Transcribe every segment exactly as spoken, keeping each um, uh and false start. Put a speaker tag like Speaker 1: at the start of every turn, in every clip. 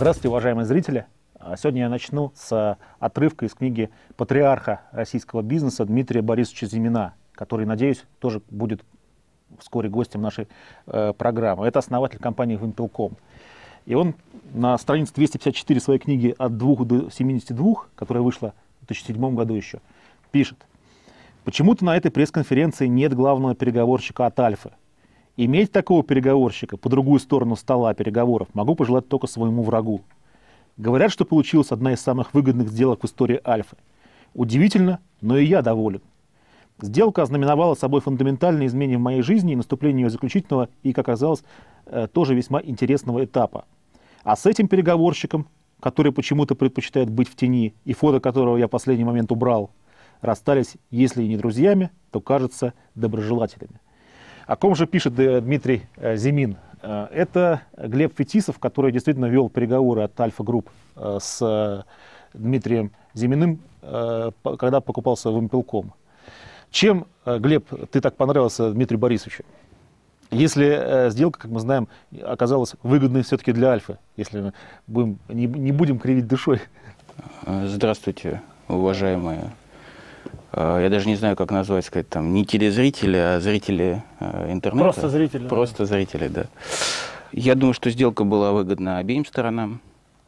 Speaker 1: Здравствуйте, уважаемые зрители. Сегодня я начну с отрывка из книги патриарха российского бизнеса Дмитрия Борисовича Зимина, который, надеюсь, тоже будет вскоре гостем нашей э, программы. Это основатель компании «Вымпелком». И он на странице двести пятьдесят четыре своей книги «От двух до семидесяти двух», которая вышла в две тысячи седьмом году еще, пишет: «Почему-то на этой пресс-конференции нет главного переговорщика от Альфы. Иметь такого переговорщика по другую сторону стола переговоров могу пожелать только своему врагу. Говорят, что получилась одна из самых выгодных сделок в истории Альфы. Удивительно, но и я доволен. Сделка ознаменовала собой фундаментальные изменения в моей жизни и наступление ее заключительного и, как оказалось, тоже весьма интересного этапа. А с этим переговорщиком, который почему-то предпочитает быть в тени и фото которого я в последний момент убрал, расстались, если и не друзьями, то, кажется, доброжелателями». О ком же пишет Дмитрий Зимин? Это Глеб Фетисов, который действительно вел переговоры от Альфа Групп с Дмитрием Зиминым, когда покупался Вымпелком. Чем, Глеб, ты так понравился Дмитрию Борисовичу? Если сделка, как мы знаем, оказалась выгодной все-таки для Альфы, если мы будем, не, не будем кривить душой.
Speaker 2: Здравствуйте, уважаемые. Я даже не знаю, как назвать, сказать, там, не телезрители, а зрители э, интернета.
Speaker 1: Просто зрители.
Speaker 2: Просто да. зрители, да. Я думаю, что сделка была выгодна обеим сторонам.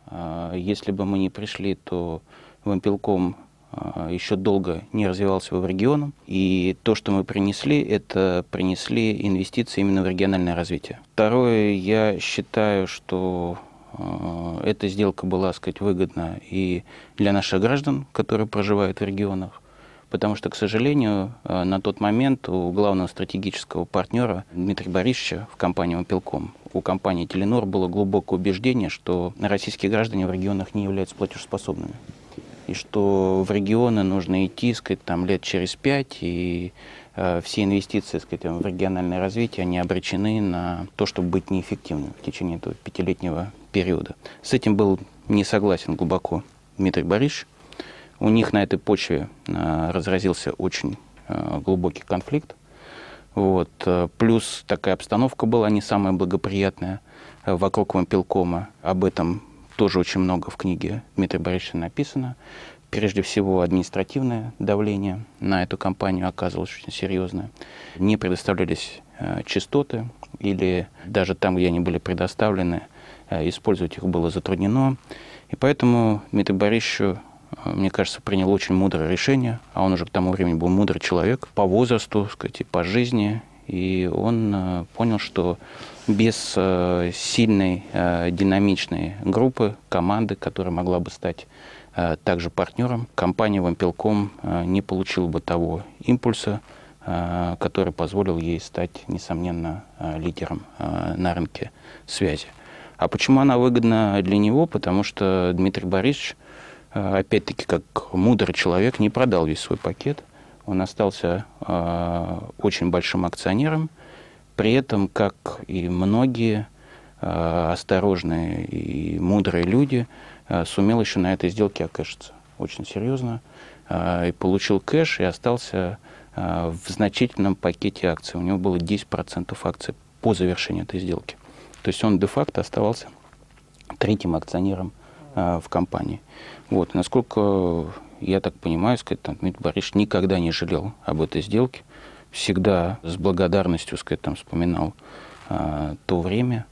Speaker 2: Если бы мы не пришли, то Вымпелком еще долго не развивался бы в регионе. И то, что мы принесли, это принесли инвестиции именно в региональное развитие. Второе, я считаю, что э, эта сделка была, так сказать, выгодна и для наших граждан, которые проживают в регионах. Потому что, к сожалению, на тот момент у главного стратегического партнера Дмитрия Борисовича в компании «Вымпелком», у компании «Теленор» было глубокое убеждение, что российские граждане в регионах не являются платежеспособными. И что в регионы нужно идти, сказать, там, лет через пять, и э, все инвестиции, сказать, в региональное развитие, они обречены на то, чтобы быть неэффективными в течение этого пятилетнего периода. С этим был не согласен глубоко Дмитрий Борисович. У них на этой почве э, разразился очень э, глубокий конфликт. Вот. Плюс такая обстановка была не самая благоприятная э, вокруг Вымпелкома. Об этом тоже очень много в книге Дмитрия Борисовича написано. Прежде всего, административное давление на эту компанию оказывалось очень серьезное. Не предоставлялись э, частоты, или даже там, где они были предоставлены, э, использовать их было затруднено. И поэтому Дмитрию Борисовичу, мне кажется, принял очень мудрое решение, а он уже к тому времени был мудрый человек по возрасту, сказать, и по жизни, и он э, понял, что без э, сильной, э, динамичной группы, команды, которая могла бы стать э, также партнером, компания «Вымпелком» э, не получила бы того импульса, э, который позволил ей стать, несомненно, э, лидером э, на рынке связи. А почему она выгодна для него? Потому что Дмитрий Борисович, опять-таки, как мудрый человек, не продал весь свой пакет. Он остался э, очень большим акционером. При этом, как и многие э, осторожные и мудрые люди, э, сумел еще на этой сделке окэшиться очень серьезно. Э, и получил кэш, и остался э, в значительном пакете акций. У него было десять процентов акций по завершению этой сделки. То есть он де-факто оставался третьим акционером в компании. Вот. Насколько я так понимаю, сказать, там, Дмитрий Борисович никогда не жалел об этой сделке, всегда с благодарностью, сказать, там, вспоминал а, то время,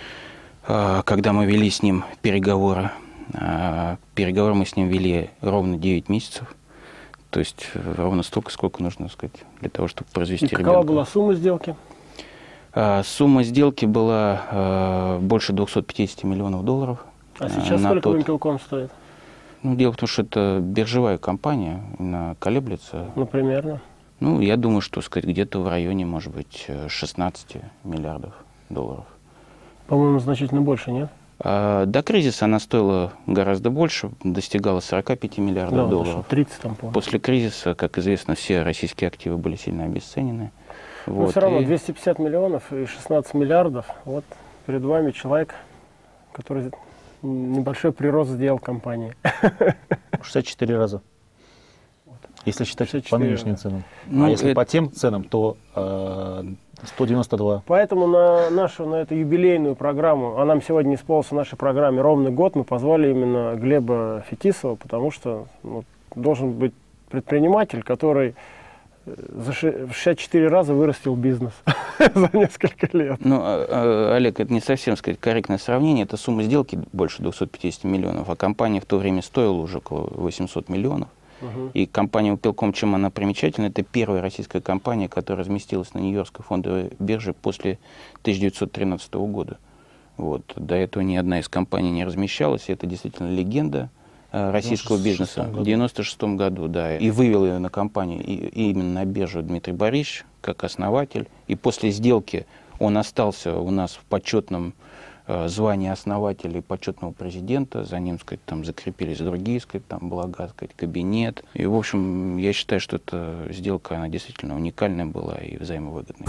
Speaker 2: а, когда мы вели с ним переговоры. А, переговоры мы с ним вели ровно девять месяцев, то есть ровно столько, сколько нужно, сказать, для того, чтобы произвести ребенка.
Speaker 3: И какова была сумма сделки?
Speaker 2: А, сумма сделки была а, больше двухсот пятидесяти миллионов долларов.
Speaker 3: А сейчас сколько тот... Вымпелком стоит?
Speaker 2: Ну, дело в том, что это биржевая компания, она колеблется.
Speaker 3: Ну, примерно?
Speaker 2: Ну, я думаю, что, сказать, где-то в районе, может быть, шестнадцати миллиардов долларов.
Speaker 3: По-моему, значительно больше, нет?
Speaker 2: А, до кризиса она стоила гораздо больше, достигала сорока пяти миллиардов
Speaker 3: да,
Speaker 2: долларов.
Speaker 3: тридцать там, по-моему.
Speaker 2: После кризиса, как известно, все российские активы были сильно обесценены.
Speaker 3: Но
Speaker 2: вот,
Speaker 3: все равно
Speaker 2: и...
Speaker 3: двести пятьдесят миллионов и шестнадцать миллиардов. Вот перед вами человек, который... небольшой прирост сделал компании.
Speaker 1: шестьдесят четыре раза. Вот. Если считать по нынешним ценам.
Speaker 2: Ну,
Speaker 1: а если
Speaker 2: это...
Speaker 1: по тем ценам, то э, сто девяносто два.
Speaker 3: Поэтому на нашу, на эту юбилейную программу, а нам сегодня исполнился в нашей программе ровный год, мы позвали именно Глеба Фетисова, потому что ну, должен быть предприниматель, который за шестьдесят четыре раза вырастил бизнес за несколько лет.
Speaker 2: Ну, Олег, это не совсем, сказать, корректное сравнение. Это сумма сделки больше двухсот пятидесяти миллионов, а компания в то время стоила уже около восьмисот миллионов. Uh-huh. И компания «Упилком», чем она примечательна, это первая российская компания, которая разместилась на Нью-Йоркской фондовой бирже после тысяча девятьсот тринадцатого года. Вот. До этого ни одна из компаний не размещалась, и это действительно легенда российского бизнеса. В девяносто шестом году, да. И вывел ее на компанию, и, и именно на биржу Дмитрий Борисович, как основатель. И после сделки он остался у нас в почетном э, звании основателя и почетного президента. За ним, сказать, там закрепились другие, сказать, там Блага, сказать, кабинет. И, в общем, я считаю, что эта сделка, она действительно уникальная была и взаимовыгодная.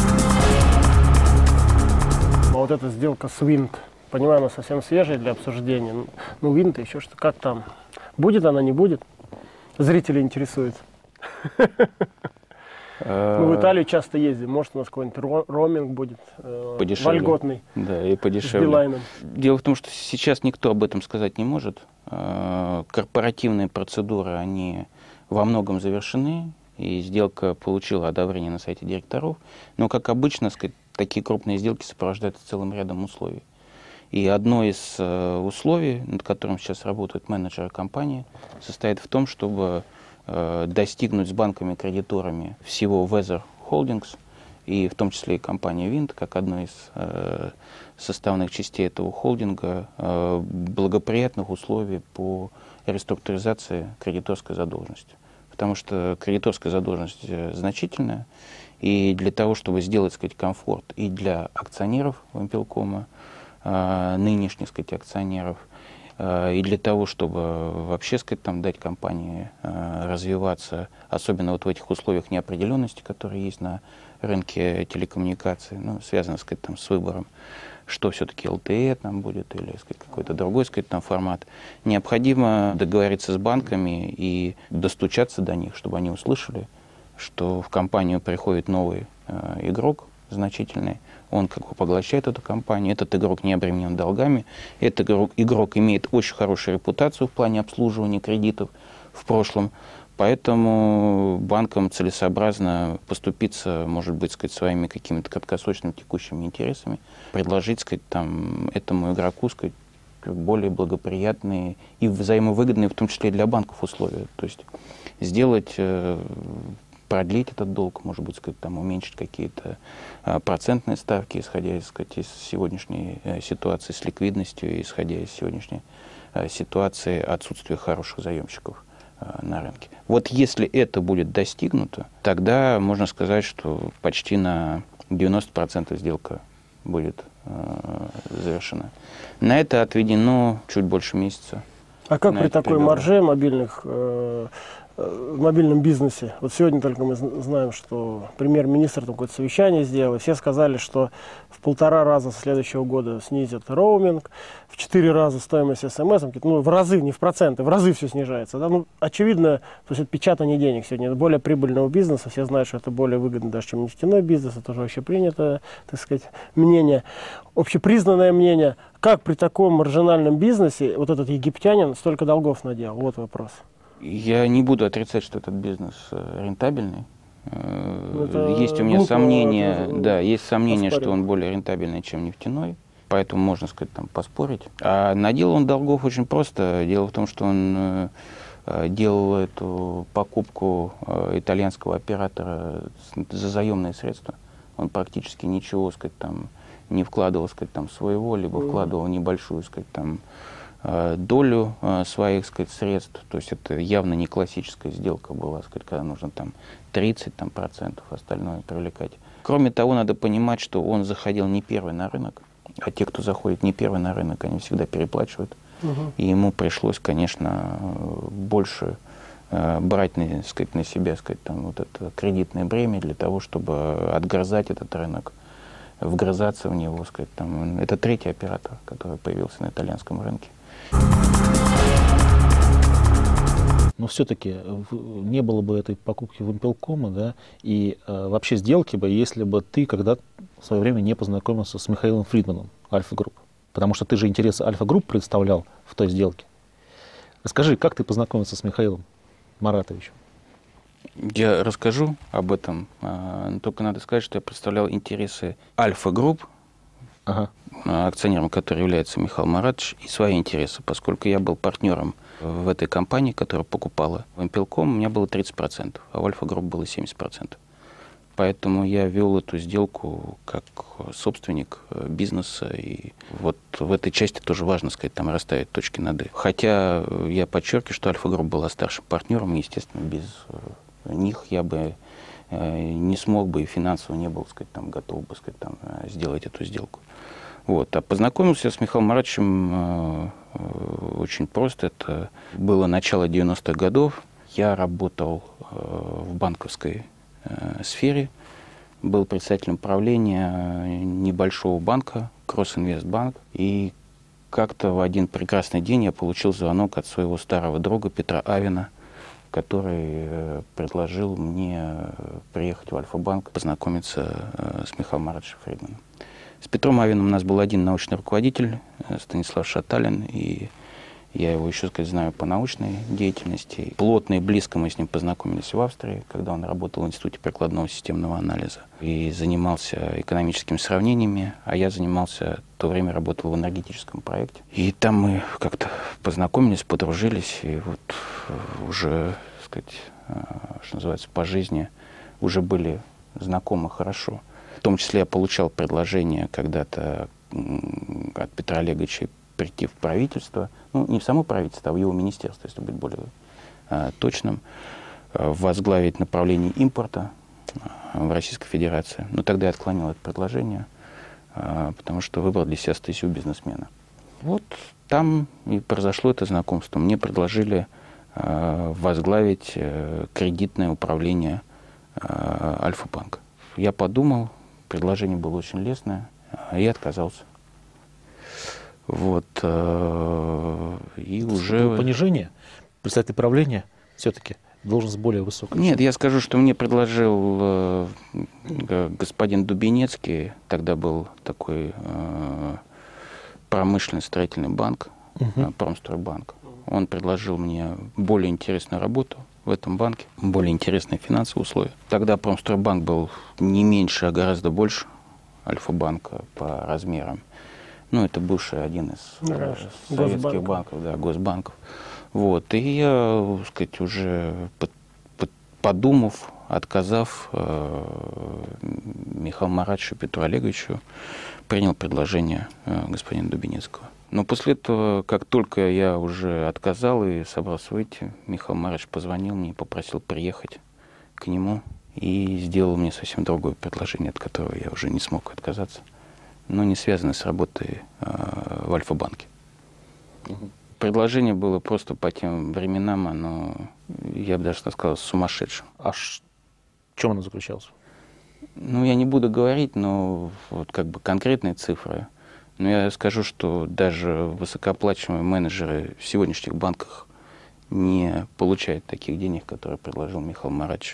Speaker 3: А вот эта сделка с Wind, понимаю, она совсем свежая для обсуждения. Ну, Wind еще что, как там? Будет она, не будет? Зрители интересуются. Мы в Италию часто ездим, может у нас какой-нибудь роуминг будет вольготный.
Speaker 2: Да, и подешевле. Дело в том, что сейчас никто об этом сказать не может. Корпоративные процедуры, они во многом завершены, и сделка получила одобрение на сайте директоров. Но, как обычно, сказать, такие крупные сделки сопровождаются целым рядом условий. И одно из э, условий, над которым сейчас работают менеджеры компании, состоит в том, чтобы э, достигнуть с банками-кредиторами всего Weather Holdings, и в том числе и компании Wind, как одной из э, составных частей этого холдинга, э, благоприятных условий по реструктуризации кредиторской задолженности. Потому что кредиторская задолженность значительная, и для того, чтобы сделать, сказать, комфорт и для акционеров Вимпелкома, нынешних, сказать, акционеров, и для того, чтобы вообще, сказать, там, дать компании развиваться, особенно вот в этих условиях неопределенности, которые есть на рынке телекоммуникаций, ну, связано, сказать, там, с выбором, что все-таки эл тэ и там будет или, сказать, какой-то другой, сказать, там, формат, необходимо договориться с банками и достучаться до них, чтобы они услышали, что в компанию приходит новый э, игрок значительный, он как бы поглощает эту компанию, этот игрок не обременен долгами, этот игрок, игрок имеет очень хорошую репутацию в плане обслуживания кредитов в прошлом, поэтому банкам целесообразно поступиться, может быть, сказать, своими какими-то краткосрочными текущими интересами, предложить, сказать, там, этому игроку, сказать, более благоприятные и взаимовыгодные, в том числе и для банков, условия. То есть сделать, продлить этот долг, может быть, сказать, там, уменьшить какие-то а, процентные ставки, исходя из, сказать, из сегодняшней а, ситуации с ликвидностью, исходя из сегодняшней а, ситуации отсутствия хороших заемщиков а, на рынке. Вот если это будет достигнуто, тогда можно сказать, что почти на девяносто процентов сделка будет а, завершена. На это отведено чуть больше месяца.
Speaker 3: А как при такой марже мобильных э, в мобильном бизнесе? Вот сегодня только мы знаем, что премьер-министр какое-то совещание сделал, и все сказали, что в полтора раза с следующего года снизят роуминг, в четыре раза стоимость эс эм эс, ну, в разы, не в проценты, в разы все снижается. Да? Ну, очевидно, то есть это печатание денег сегодня, это более прибыльного бизнеса, все знают, что это более выгодно даже, чем нефтяной бизнес, это тоже вообще принято, так сказать, мнение, общепризнанное мнение. Как при таком маржинальном бизнесе вот этот египтянин столько долгов наделал? Вот вопрос.
Speaker 2: Я не буду отрицать, что этот бизнес рентабельный.
Speaker 3: Это
Speaker 2: есть у меня
Speaker 3: глупо,
Speaker 2: сомнения,
Speaker 3: это
Speaker 2: да, есть сомнения,
Speaker 3: поспорим.
Speaker 2: что он более рентабельный, чем нефтяной. Поэтому можно, сказать, там, поспорить. А наделал он долгов очень просто. Дело в том, что он делал эту покупку итальянского оператора за заемные средства. Он практически ничего, сказать, там, не вкладывал, сказать, там, своего, либо вкладывал небольшую, сказать, там, долю своих, сказать, средств. То есть это явно не классическая сделка была, сказать, когда нужно там тридцать там, процентов, остальное привлекать. Кроме того, надо понимать, что он заходил не первый на рынок, а те, кто заходит не первый на рынок, они всегда переплачивают. Угу. И ему пришлось, конечно, больше брать на, сказать, на себя, сказать, там, вот это кредитное бремя для того, чтобы отгрызать этот рынок, вгрызаться в него, сказать, там. Это третий оператор, который появился на итальянском рынке.
Speaker 1: но все-таки не было бы этой покупки Вимпелкома, да, и э, вообще сделки бы, если бы ты когда-то в свое время не познакомился с Михаилом Фридманом, Альфа Групп. Потому что ты же интересы Альфа Групп представлял в той сделке. Расскажи, как ты познакомился с Михаилом Маратовичем?
Speaker 2: Я расскажу об этом, но только надо сказать, что я представлял интересы Альфа Групп, ага. акционером которой является Михаил Маратович, и свои интересы, поскольку я был партнером в этой компании, которая покупала Вимпелком, у меня было тридцать процентов, а у Альфа Групп было семьдесят процентов. Поэтому я вел эту сделку как собственник бизнеса, и вот в этой части тоже важно сказать, там расставить точки над «и». Хотя я подчеркиваю, что Альфа Групп была старшим партнером, и, естественно, без них я бы не смог бы и финансово не был, сказать, там, готов бы, сказать, там, сделать эту сделку. Вот. А познакомился я с Михаилом Маратовичем очень просто. Это было начало девяностых годов. Я работал в банковской сфере, был председателем правления небольшого банка, Кросс-Инвестбанк, и как-то в один прекрасный день я получил звонок от своего старого друга Петра Авина, который предложил мне приехать в Альфа-банк, познакомиться с Михаилом Маратовичем Фридманом. С Петром Авиным у нас был один научный руководитель, Станислав Шаталин, и я его еще, сказать, знаю по научной деятельности. Плотно и близко мы с ним познакомились в Австрии, когда он работал в Институте прикладного системного анализа и занимался экономическими сравнениями, а я занимался, в то время работал в энергетическом проекте. И там мы как-то познакомились, подружились, и вот уже, так сказать, что называется, по жизни уже были знакомы хорошо. В том числе я получал предложение когда-то от Петра Олеговича прийти в правительство, ну, не в само правительство, а в его министерство, если быть более э, точным, э, возглавить направление импорта э, в Российской Федерации. Но тогда я отклонил это предложение, э, потому что выбрал для себя стезю бизнесмена. Вот там и произошло это знакомство. Мне предложили э, возглавить э, кредитное управление э, Альфа-банка. Я подумал, предложение было очень лестное, и отказался. Вот, э, и уже...
Speaker 1: Понижение председателя правления все-таки должность более высокая.
Speaker 2: Нет, я скажу, что мне предложил э, господин Дубинецкий, тогда был такой э, промышленный строительный банк, uh-huh. Промстройбанк. Он предложил мне более интересную работу в этом банке, более интересные финансовые условия. Тогда Промстройбанк был не меньше, а гораздо больше Альфа-банка по размерам. Ну, это бывший один из да, советских Госбанк. банков, да, госбанков. Вот. И я, так сказать, уже под, под, подумав, отказав э, Михаилу Маратовичу, Петру Олеговичу, принял предложение э, господина Дубинецкого. Но после этого, как только я уже отказал и собрался выйти, Михаил Маратович позвонил мне и попросил приехать к нему и сделал мне совсем другое предложение, от которого я уже не смог отказаться, но не связано с работой э, в Альфа-банке. Угу. Предложение было просто по тем временам, оно, я бы даже сказал, сумасшедшим.
Speaker 1: А в чем оно заключалось?
Speaker 2: Ну, я не буду говорить, но вот как бы конкретные цифры. Но я скажу, что даже высокооплачиваемые менеджеры в сегодняшних банках не получают таких денег, которые предложил Михаил Маратович.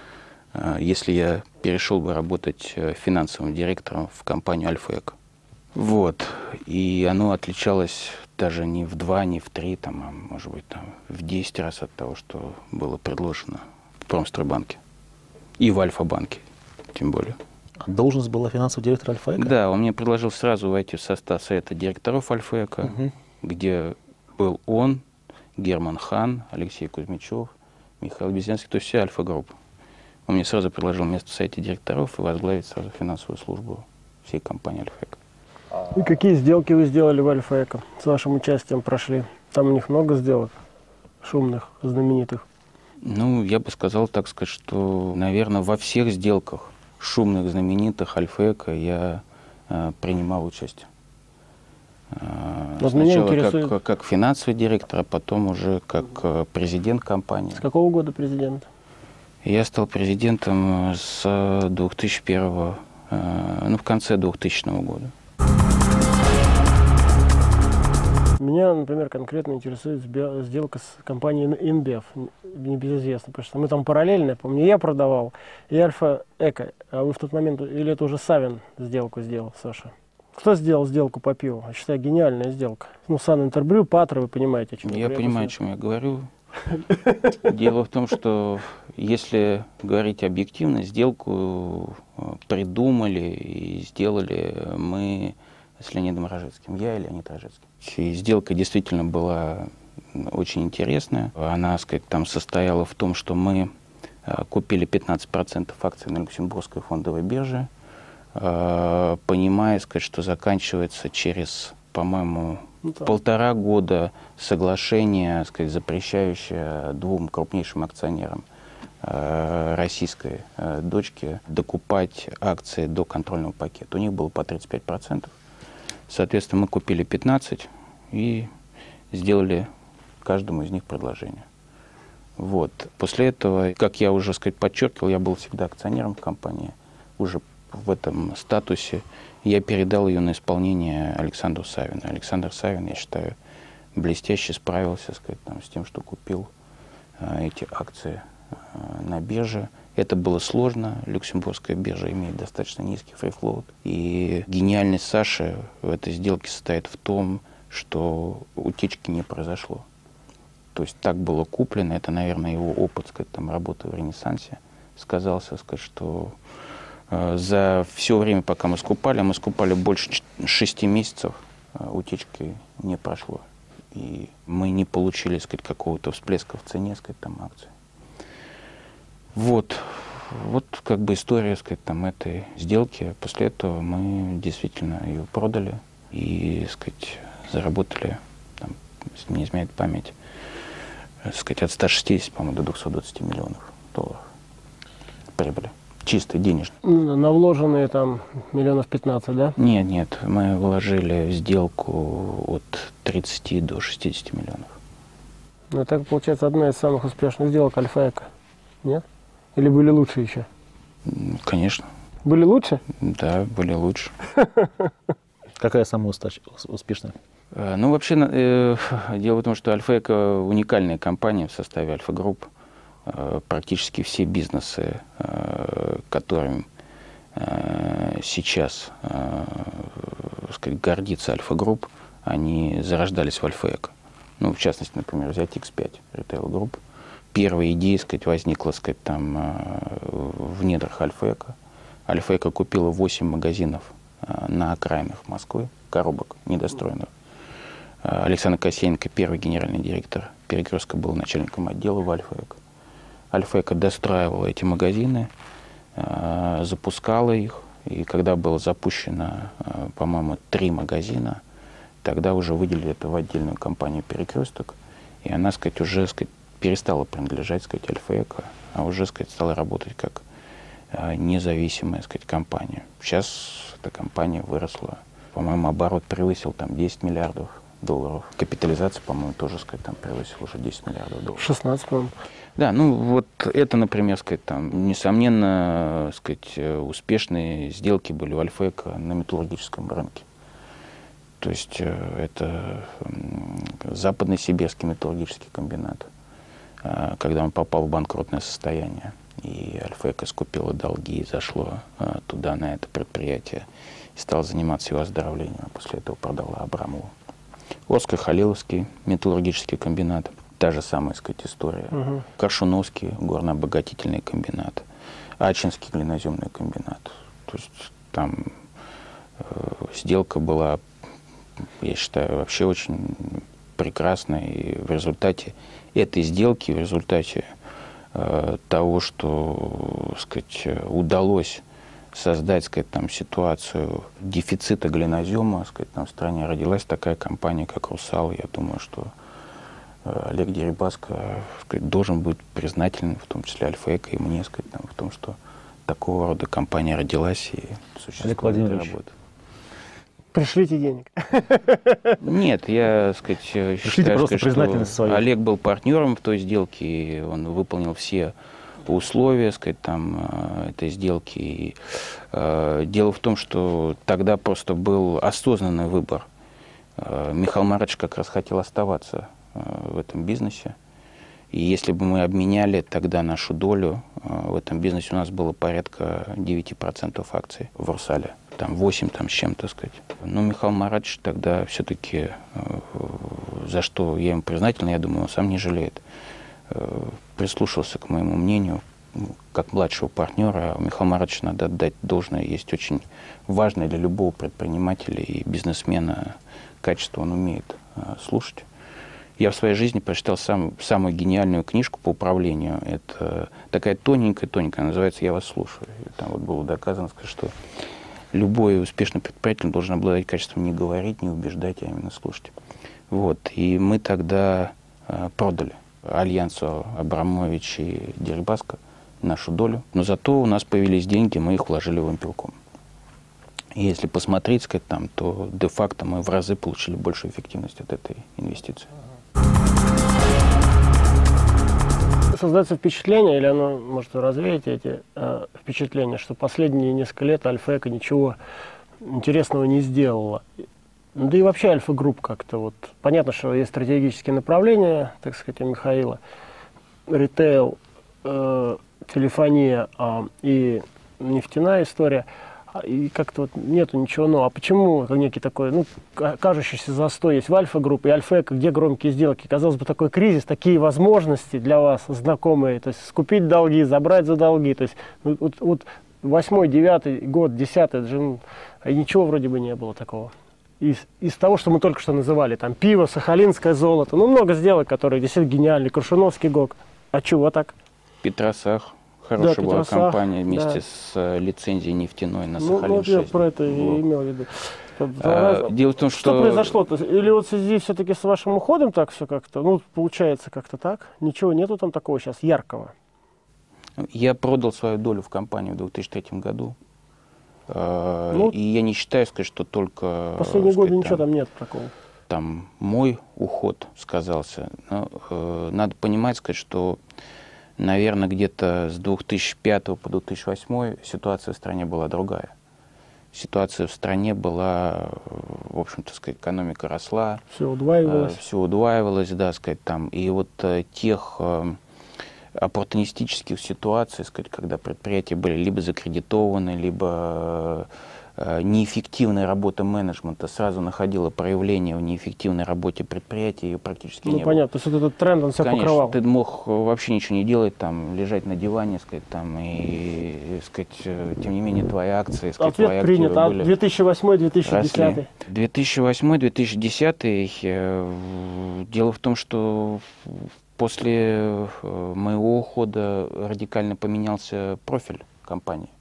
Speaker 2: Если я перешел бы работать финансовым директором в компанию Альфа-Эко. Вот. И оно отличалось даже не в два, не в три, там, а может быть, там, в десять раз от того, что было предложено в Промстройбанке. И в Альфа-банке, тем более.
Speaker 1: А должность была финансового директора Альфа-Эко?
Speaker 2: Да, он мне предложил сразу войти в состав совета директоров Альфа-Эко, угу. где был он, Герман Хан, Алексей Кузьмичев, Михаил Безянский, то есть вся Альфа-группа. Он мне сразу предложил место в совете директоров и возглавить сразу финансовую службу всей компании Альфа-Эко.
Speaker 3: И какие сделки вы сделали в Альфа-Эко? С вашим участием прошли? Там у них много сделок шумных, знаменитых.
Speaker 2: Ну, я бы сказал, так сказать, что, наверное, во всех сделках шумных, знаменитых Альфа-Эко я э, принимал участие. Э,
Speaker 3: вот
Speaker 2: сначала
Speaker 3: интересует...
Speaker 2: как, как финансовый директор, а потом уже как э, президент компании.
Speaker 3: С какого года президент?
Speaker 2: Я стал президентом с две тысячи первого, э, ну, в конце двухтысячного года.
Speaker 3: Меня, например, конкретно интересует сделка с компанией InBev, небезызвестно, потому что мы там параллельно, помню, я продавал, и Альфа-Эко, а вы в тот момент, или это уже Савин сделку сделал, Саша? Кто сделал сделку по пиву? Я считаю, гениальная сделка. Ну, Сан Интербрю, Патра, вы понимаете, о чем я
Speaker 2: говорю. Я понимаю, о чем я говорю. Дело в том, что если говорить объективно, сделку придумали и сделали мы с Леонидом Рожецким, я и Леонид Рожецкий. И сделка действительно была очень интересная. Она, так сказать, там состояла в том, что мы купили пятнадцать процентов акций на Люксембургской фондовой бирже, понимая, сказать, что заканчивается через, по-моему, ну, полтора года соглашение, сказать, запрещающее двум крупнейшим акционерам э, российской э, дочки докупать акции до контрольного пакета. У них было по тридцать пять процентов. Соответственно, мы купили пятнадцать и сделали каждому из них предложение. Вот. После этого, как я уже, сказать, подчеркивал, я был всегда акционером в компании. Уже в этом статусе я передал ее на исполнение Александру Савину. Александр Савин, я считаю, блестяще справился, сказать, там, с тем, что купил э, эти акции э, на бирже. Это было сложно. Люксембургская биржа имеет достаточно низкий фрифлоут. И гениальность Саши в этой сделке состоит в том, что утечки не произошло. То есть так было куплено. Это, наверное, его опыт, сказать, там, работы в Ренессансе сказался, сказать, что за все время, пока мы скупали, мы скупали больше шести месяцев, утечки не прошло. И мы не получили, сказать, какого-то всплеска в цене, сказать, там, акций. Вот. Вот как бы история, сказать, там, этой сделки. После этого мы действительно ее продали и, сказать, заработали, там, если не изменяет память, сказать, от ста шестидесяти, по-моему, до двухсот двадцати миллионов долларов прибыли. Чисто денежно.
Speaker 3: На вложенные там миллионов пятнадцать, да?
Speaker 2: Нет, нет, мы вложили в сделку от тридцати до шестидесяти миллионов.
Speaker 3: Ну, так получается одна из самых успешных сделок Альфа-Эко, нет? Или были лучше еще?
Speaker 2: Конечно.
Speaker 3: Были лучше?
Speaker 2: Да, были лучше.
Speaker 1: Какая самая успешная?
Speaker 2: Ну, вообще, э, дело в том, что Альфа-Эко уникальная компания в составе Альфа-Групп. Практически все бизнесы, которым сейчас, сказать, гордится Альфа-Групп, они зарождались в Альфа-Эко. Ну, в частности, например, взять икс пять Retail Group. Первая идея, сказать, возникла, сказать, там, в недрах Альфа-Эко. Альфа-Эко купила восемь магазинов на окраинах Москвы, коробок недостроенных. Александр Косенко, первый генеральный директор Перекрестка, был начальником отдела в Альфа-Эко. Альфа-Эко достраивала эти магазины, э, запускала их, и когда было запущено, э, по-моему, три магазина, тогда уже выделили это в отдельную компанию «Перекресток», и она, сказать, уже, сказать, перестала принадлежать, сказать, Альфа-Эко, а уже, сказать, стала работать как э, независимая, сказать, компания. Сейчас эта компания выросла, по-моему, оборот превысил там десять миллиардов долларов. Капитализация, по-моему, тоже, сказать, там превысила уже десять миллиардов долларов.
Speaker 3: шестнадцать, по-моему.
Speaker 2: Да, ну вот это, например, сказать, там, несомненно, сказать, успешные сделки были у Альфа-Эко на металлургическом рынке. То есть это западный сибирский металлургический комбинат, когда он попал в банкротное состояние, и Альфа-Эко скупила долги и зашло туда, на это предприятие, и стало заниматься его оздоровлением, а после этого продала Абрамову. Орско-Халиловский металлургический комбинат. Та же самая, сказать, история. Угу. Коршуновский горно-обогатительный комбинат, Ачинский глиноземный комбинат. То есть там э, сделка была, я считаю, вообще очень прекрасная. И в результате этой сделки, в результате э, того, что, сказать, удалось создать, сказать, там, ситуацию дефицита глинозема, сказать, там, в стране родилась такая компания, как «Русал». Я думаю, что Олег Дерибаско, сказать, должен быть признателен, в том числе Альфа-Эко, и мне, сказать, там, в том, что такого рода компания родилась и существует.
Speaker 1: Олег Владимирович,
Speaker 2: работает.
Speaker 3: Пришлите денег.
Speaker 2: Нет, я, сказать, считаю,
Speaker 1: просто
Speaker 2: сказать,
Speaker 1: признательность
Speaker 2: что
Speaker 1: свою.
Speaker 2: Олег был партнером в той сделке, и он выполнил все условия, сказать, там, этой сделки. И, э, дело в том, что тогда просто был осознанный выбор Михаил Маратович как раз хотел оставаться в этом бизнесе. И если бы мы обменяли тогда нашу долю в этом бизнесе, у нас было порядка девять процентов акций в Русале. Там восемь там, с чем-то, сказать. Но Михаил Маратович тогда все-таки, за что я ему признателен, я думаю, он сам не жалеет, прислушался к моему мнению, как младшего партнера. У Михаила Маратовича, надо отдать должное, есть очень важное для любого предпринимателя и бизнесмена качество, он умеет слушать. Я в своей жизни прочитал сам, самую гениальную книжку по управлению. Это такая тоненькая-тоненькая, называется «Я вас слушаю». И там вот было доказано, что любой успешный предприниматель должен обладать качеством не говорить, не убеждать, а именно слушать. Вот. И мы тогда э, продали Альянсу Абрамович и Дерибаско нашу долю. Но зато у нас появились деньги, мы их вложили в Ампелком. И если посмотреть, сказать, там, то де-факто мы в разы получили большую эффективность от этой инвестиции.
Speaker 3: Создается впечатление, или оно, может, вы развеете эти э, впечатления, что последние несколько лет Альфа-Эко ничего интересного не сделала. Да и вообще Альфа-Групп как-то вот... Понятно, что есть стратегические направления, так сказать, у Михаила. Ритейл, э, телефония э, и нефтяная история. И как-то вот нету ничего нового. А почему некий такой, ну, кажущийся застой есть в Альфа-Групп и Альфа-Эко, где громкие сделки? Казалось бы, такой кризис, такие возможности для вас знакомые, то есть скупить долги, забрать за долги. То есть вот, вот восьмой, девятый год, десятый, же, ну, ничего вроде бы не было такого. Из, из того, что мы только что называли, там пиво, сахалинское золото, ну, много сделок, которые действительно гениальны, Крушуновский ГОК. А чего так?
Speaker 2: Петросах. Хорошая да, была
Speaker 3: Петросах,
Speaker 2: компания вместе
Speaker 3: да.
Speaker 2: с э, лицензией нефтяной на
Speaker 3: ну,
Speaker 2: Сахалин
Speaker 3: ну,
Speaker 2: шесть.
Speaker 3: я про это и
Speaker 2: вот.
Speaker 3: имел в виду.
Speaker 2: А, дело в том, что...
Speaker 3: Что произошло-то? Или вот в связи все-таки с вашим уходом так все как-то, ну, получается как-то так? Ничего нету там такого сейчас яркого?
Speaker 2: Я продал свою долю в компании в две тысячи третьем году.
Speaker 3: Ну,
Speaker 2: и я не считаю, сказать, что только...
Speaker 3: Последние годы ничего там нет такого.
Speaker 2: Там мой уход сказался. Но, э, надо понимать, сказать, что... Наверное, где-то с две тысячи пятого по две тысячи восьмой ситуация в стране была другая. Ситуация в стране была, в общем-то, сказать, экономика росла.
Speaker 3: Все удваивалось.
Speaker 2: Э, все удваивалось, да, сказать, там. И вот э, тех э, оппортунистических ситуаций, сказать, когда предприятия были либо закредитованы, либо э, неэффективная работа менеджмента сразу находила проявление в неэффективной работе предприятия, ее практически
Speaker 3: ну,
Speaker 2: не
Speaker 3: понятно,
Speaker 2: было.
Speaker 3: то есть вот этот тренд, он все
Speaker 2: Конечно,
Speaker 3: покрывал.
Speaker 2: Ты мог вообще ничего не делать, там, лежать на диване, сказать, там, и, и сказать, тем не менее, твои акции, сказать,
Speaker 3: Ответ
Speaker 2: твои
Speaker 3: принят.
Speaker 2: активы
Speaker 3: А
Speaker 2: были...
Speaker 3: две тысячи восьмой — две тысячи десятый?
Speaker 2: две тысячи восьмой — две тысячи десятый. Э, дело в том, что после моего ухода радикально поменялся профиль компании.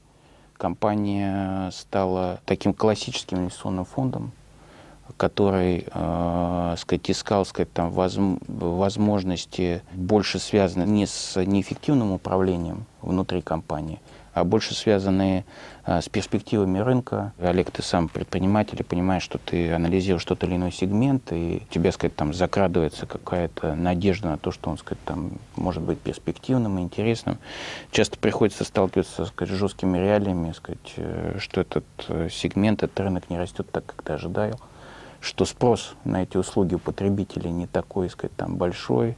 Speaker 2: Компания стала таким классическим инвестиционным фондом, который, э, сказать, искал, сказать, там, возм- возможности больше связаны не с неэффективным управлением внутри компании, а больше связанные э, с перспективами рынка. Олег, ты сам предприниматель, и понимаешь, что ты анализируешь тот или иной сегмент, и у тебя, сказать, там, закрадывается какая-то надежда на то, что он, сказать, там, может быть перспективным и интересным. Часто приходится сталкиваться, сказать, с жесткими реалиями, сказать, что этот сегмент, этот рынок не растет так, как ты ожидал, что спрос на эти услуги у потребителей не такой, сказать, там, большой.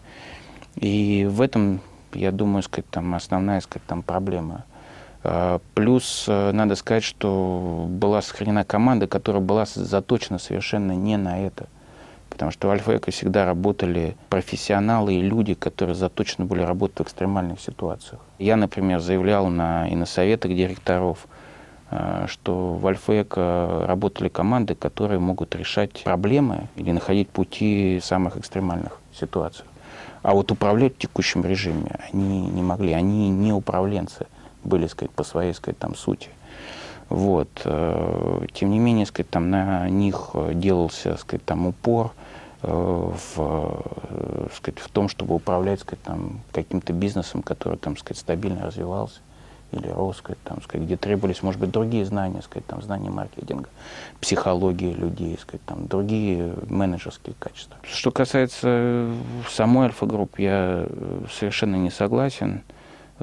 Speaker 2: И в этом, я думаю, сказать, там, основная, сказать, там, проблема. Плюс надо сказать, что была сохранена команда, которая была заточена совершенно не на это. Потому что в Альфа-Эко всегда работали профессионалы и люди, которые заточены были работать в экстремальных ситуациях. Я, например, заявлял на, и на советах директоров, что в Альфа-Эко работали команды, которые могут решать проблемы или находить пути в самых экстремальных ситуациях. А вот управлять в текущем режиме они не могли, они не управленцы были, сказать, по своей, сказать, там, сути. Вот. Тем не менее, сказать, там, на них делался, сказать, там, упор в, сказать, в том, чтобы управлять, сказать, там, каким-то бизнесом, который там, сказать, стабильно развивался или рос, сказать, там, сказать, где требовались, может быть, другие знания, сказать, там, знания маркетинга, психологии людей, сказать, там, другие менеджерские качества. Что касается самой Альфа-Групп, я совершенно не согласен.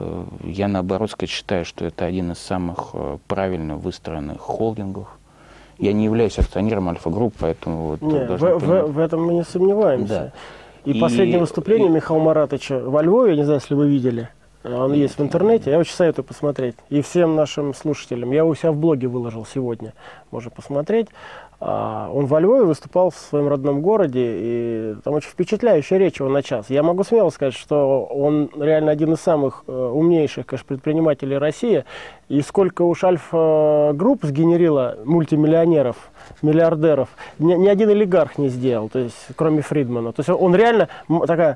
Speaker 2: Я, наоборот, сказать, считаю, что это один из самых правильно выстроенных холдингов. Я не являюсь акционером Альфа-Групп, поэтому... Вот
Speaker 3: не, в, в, в этом мы не сомневаемся. Да. И, и последнее выступление и... Михаила Маратовича во Львове, я не знаю, если вы видели, он есть в интернете, я очень советую посмотреть. И всем нашим слушателям, я у себя в блоге выложил сегодня, можно посмотреть. Он во Львове выступал в своем родном городе, и там очень впечатляющая речь его на час. Я могу смело сказать, что он реально один из самых умнейших, конечно, предпринимателей России. И сколько уж Альфа-групп сгенерила мультимиллионеров, миллиардеров, ни, ни один олигарх не сделал, то есть, кроме Фридмана. То есть он реально такая...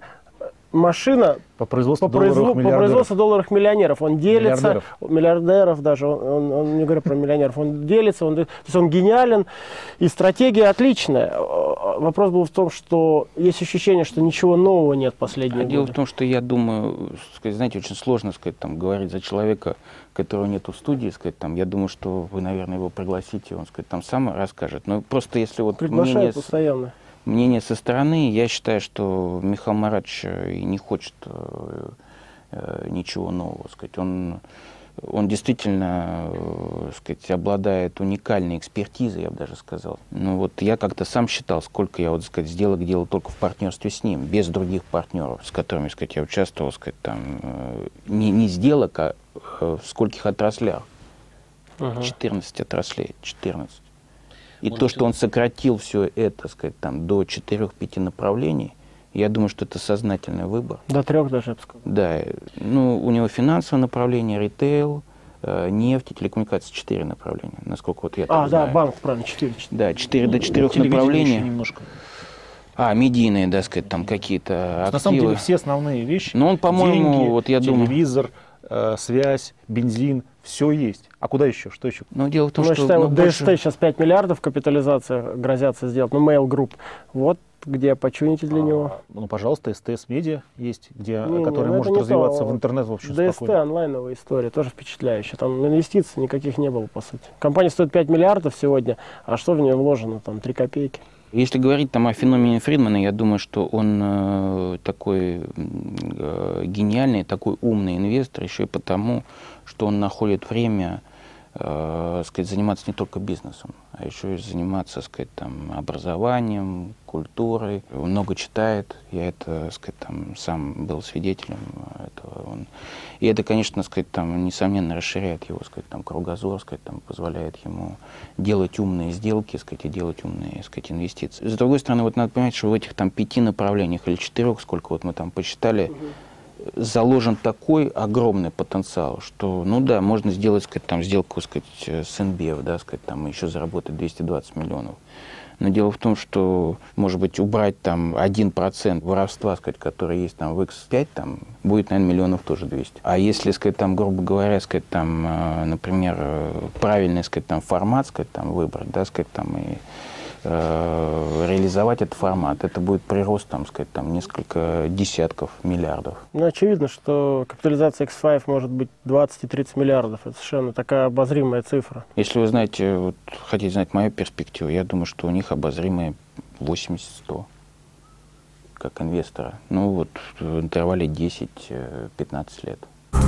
Speaker 3: машина
Speaker 1: по производству,
Speaker 3: по, производ, по производству долларовых миллионеров. Он делится, миллиардеров, миллиардеров даже, он, он, он не говорю про миллионеров, он делится, он, то есть он гениален, и стратегия отличная. Вопрос был в том, что есть ощущение, что ничего нового нет в последние
Speaker 2: а
Speaker 3: годы.
Speaker 2: Дело в том, что я думаю, сказать, знаете, очень сложно сказать, там, говорить за человека, которого нету в студии, сказать, там, я думаю, что вы, наверное, его пригласите, он, сказать, там сам расскажет. Но просто если вот
Speaker 3: приглашают
Speaker 2: мнение...
Speaker 3: постоянно.
Speaker 2: Мнение со стороны, я считаю, что Михаил Маратович и не хочет э, э, ничего нового. Сказать. Он, он действительно э, сказать, обладает уникальной экспертизой, я бы даже сказал. Ну, вот я как-то сам считал, сколько я вот, сказать, сделок делал только в партнерстве с ним, без других партнеров, с которыми сказать, я участвовал, сказать, там, э, не, не сделок, а э, в скольких отраслях. Uh-huh. четырнадцать отраслей, четырнадцать. И Может, то, что он сократил все это, сказать, там, до четырех-пяти направлений, я думаю, что это сознательный выбор.
Speaker 3: До трех даже, я бы сказал.
Speaker 2: Да. Ну, у него финансовое направление, ритейл, э, нефть и телекоммуникации. Четыре направления, насколько вот я
Speaker 3: А, да,
Speaker 2: знаю.
Speaker 3: банк, правильно, четыре.
Speaker 2: Да, четыре до четырех направлений. Немножко. А, медийные, да, сказать, там какие-то активы.
Speaker 1: На самом деле все основные вещи.
Speaker 2: Ну, он, по-моему,
Speaker 1: деньги,
Speaker 2: вот я
Speaker 1: телевизор,
Speaker 2: думаю...
Speaker 1: э, связь, бензин, все есть. А куда еще? Что еще?
Speaker 2: Ну, дело в том,
Speaker 3: Мы
Speaker 2: что...
Speaker 3: считаем,
Speaker 2: ну,
Speaker 3: вот
Speaker 2: больше...
Speaker 3: ДСТ сейчас пять миллиардов капитализация грозятся сделать, ну, Mail Group. Вот где почуните для а, него.
Speaker 1: Ну, пожалуйста, СТС Медиа есть, где,
Speaker 3: не,
Speaker 1: который
Speaker 3: не,
Speaker 1: может развиваться
Speaker 3: то.
Speaker 1: в интернет вообще
Speaker 3: ДСТ
Speaker 1: спокойно.
Speaker 3: онлайновая история, тоже впечатляющая. Там инвестиций никаких не было, по сути. Компания стоит пять миллиардов сегодня, а что в нее вложено? Там три копейки.
Speaker 2: Если говорить там о феномене Фридмана, я думаю, что он э, такой э, гениальный, такой умный инвестор, еще и потому, что он находит время э, сказать, заниматься не только бизнесом, а еще и заниматься сказать, там, образованием, культурой. Он много читает, я это сказать, там, сам был свидетелем этого. Он... И это, конечно, сказать, там, несомненно расширяет его сказать, там, кругозор, сказать, там, позволяет ему делать умные сделки сказать, и делать умные сказать, инвестиции. С другой стороны, вот надо понимать, что в этих там, пяти направлениях или четырех, сколько вот мы там посчитали, угу. заложен такой огромный потенциал, что, ну да, можно сделать сказать, там, сделку сказать, с эн би эф, да, сказать, там, еще заработать двести двадцать миллионов. Но дело в том, что, может быть, убрать там один процент воровства, сказать, который есть там в икс пять, там, будет, наверное, миллионов тоже двести. А если, сказать, там, грубо говоря, сказать, там, например, правильный, сказать, там, формат, сказать, там, выбрать, да, сказать, там, и э, реализовать этот формат, это будет прирост, там, сказать, там, несколько десятков миллиардов.
Speaker 3: Ну, очевидно, что капитализация икс пять может быть двадцать-тридцать миллиардов. Это совершенно такая обозримая цифра.
Speaker 2: Если вы знаете, вот, хотите знать мою перспективу, я думаю, что у них обозримые восемьдесят-сто как инвестора. Ну, вот в интервале десять-пятнадцать лет.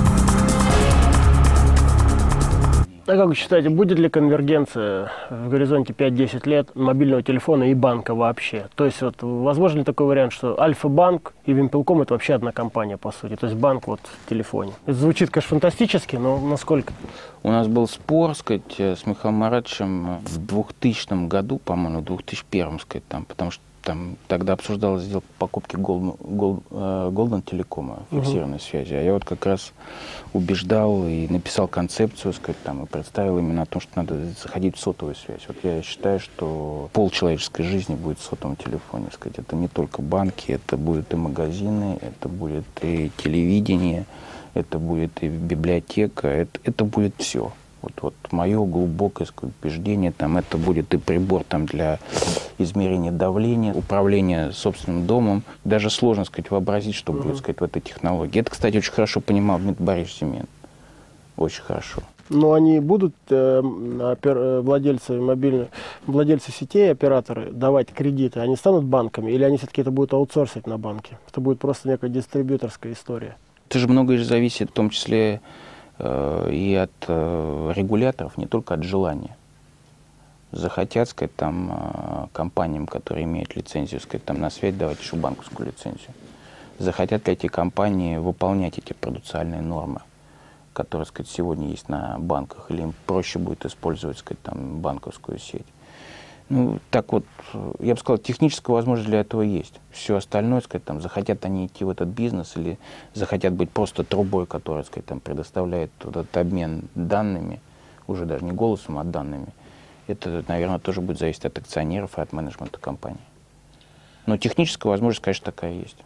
Speaker 3: А как вы считаете, будет ли конвергенция в горизонте пять-десять лет мобильного телефона и банка вообще? То есть, вот, возможно ли такой вариант, что Альфа-банк и Вимпелком это вообще одна компания, по сути? То есть банк вот в телефоне. Это звучит, конечно, фантастически, но насколько?
Speaker 2: У нас был спор, сказать, с Михаилом Маратовичем в двухтысячном году, по-моему, в две тысячи первом, сказать, там, потому что там тогда обсуждалась сделка покупки Golden, Golden Telecom, фиксированной uh-huh. связи. А я вот как раз убеждал и написал концепцию, сказать, там, и представил именно о том, что надо заходить в сотовую связь. Вот я считаю, что пол человеческой жизни будет в сотовом телефоне. Сказать. Это не только банки, это будут и магазины, это будет и телевидение, это будет и библиотека, это, это будет все. Вот, вот мое глубокое убеждение, там, это будет и прибор там, для измерения давления, управления собственным домом. Даже сложно сказать, вообразить, что uh-huh. будет сказать, в этой технологии. Это, кстати, очень хорошо понимал Дмитрий Борисович Семен. Очень хорошо.
Speaker 3: Но они будут, э, опер, владельцы мобильных, владельцы сетей, операторы, давать кредиты, они станут банками, или они все-таки это будут аутсорсить на банки? Это будет просто некая дистрибьюторская история.
Speaker 2: Это же многое же зависит, в том числе и от э, регуляторов, не только от желания. Захотят, сказать, там, компаниям, которые имеют лицензию, сказать, там, на связь, давайте еще банковскую лицензию. Захотят ли эти компании выполнять эти продуциальные нормы, которые, сказать, сегодня есть на банках, или им проще будет использовать, сказать, там, банковскую сеть. Ну, так вот, я бы сказал, техническая возможность для этого есть. Все остальное, сказать, там, захотят они идти в этот бизнес или захотят быть просто трубой, которая, сказать, там, предоставляет вот этот обмен данными, уже даже не голосом, а данными. Это, наверное, тоже будет зависеть от акционеров и от менеджмента компании. Но техническая возможность, конечно, такая есть.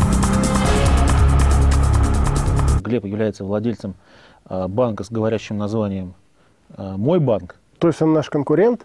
Speaker 1: Глеб является владельцем э, банка с говорящим названием э, «Мой банк».
Speaker 3: То есть он наш конкурент?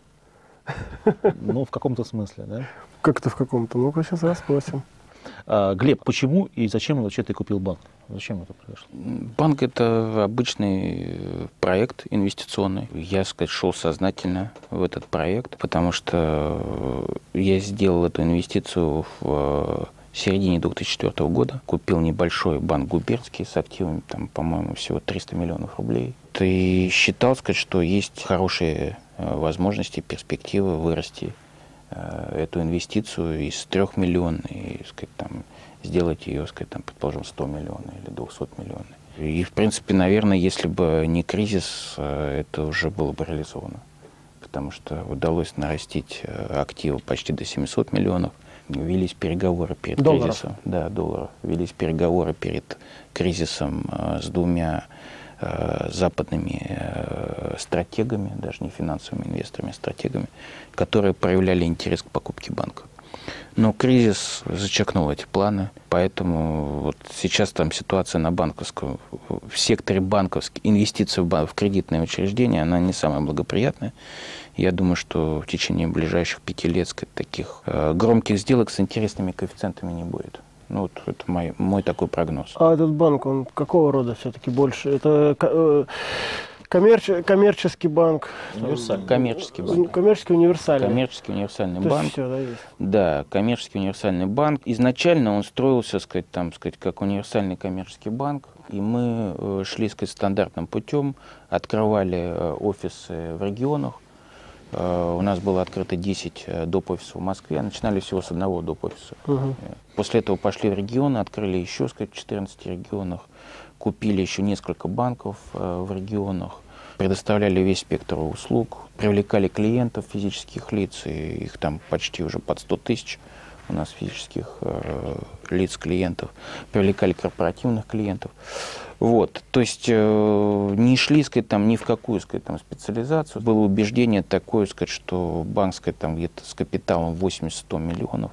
Speaker 1: Ну, в каком-то смысле, да?
Speaker 3: Как-то в каком-то. Ну-ка, сейчас расспросим.
Speaker 1: А, Глеб, почему и зачем вообще ты купил банк? Зачем это произошло?
Speaker 2: Банк – это обычный проект инвестиционный. Я, сказать, шел сознательно в этот проект, потому что я сделал эту инвестицию в середине две тысячи четвёртого года. Купил небольшой банк губернский с активами, там, по-моему, всего триста миллионов рублей. И считал, сказать, что есть хорошие возможности, перспективы вырасти э, эту инвестицию из трех миллионов и, сказать, там, сделать ее, сказать, там, предположим, сто миллионов или двести миллионов. И, в принципе, наверное, если бы не кризис, э, это уже было бы реализовано. Потому что удалось нарастить активы почти до семисот миллионов. Велись переговоры перед
Speaker 3: долларов.
Speaker 2: кризисом. Да, долларов. Велись переговоры перед кризисом э, с двумя западными стратегами, даже не финансовыми инвесторами, а стратегами, которые проявляли интерес к покупке банка. Но кризис зачеркнул эти планы, поэтому вот сейчас там ситуация на банковском, в секторе банковских инвестиций в, в кредитные учреждения, она не самая благоприятная. Я думаю, что в течение ближайших пяти лет, сказать, таких э, громких сделок с интересными коэффициентами не будет. Ну, вот это мой, мой такой прогноз.
Speaker 3: А этот банк, он какого рода все-таки больше? Это э, коммерче, коммерческий банк?
Speaker 1: Универсальный.
Speaker 2: Коммерческий банк.
Speaker 3: Коммерческий универсальный.
Speaker 2: Коммерческий универсальный
Speaker 3: То
Speaker 2: банк.
Speaker 3: есть все, да, есть.
Speaker 2: Да, коммерческий универсальный банк. Изначально он строился, сказать, там, сказать, как универсальный коммерческий банк. И мы э, шли, сказать, стандартным путем, открывали э, офисы в регионах. У нас было открыто десять доп. Офисов в Москве, начинали всего с одного доп. Офиса. Угу. После этого пошли в регионы, открыли еще, сказать, в четырнадцати регионах, купили еще несколько банков в регионах, предоставляли весь спектр услуг, привлекали клиентов, физических лиц, и их там почти уже под сто тысяч у нас физических э, лиц, клиентов, привлекали корпоративных клиентов. Вот, то есть э, не шли, сказать, там, ни в какую, сказать, там, специализацию. Было убеждение такое, сказать, что банк, сказать, там, где-то с капиталом восемьдесят-сто миллионов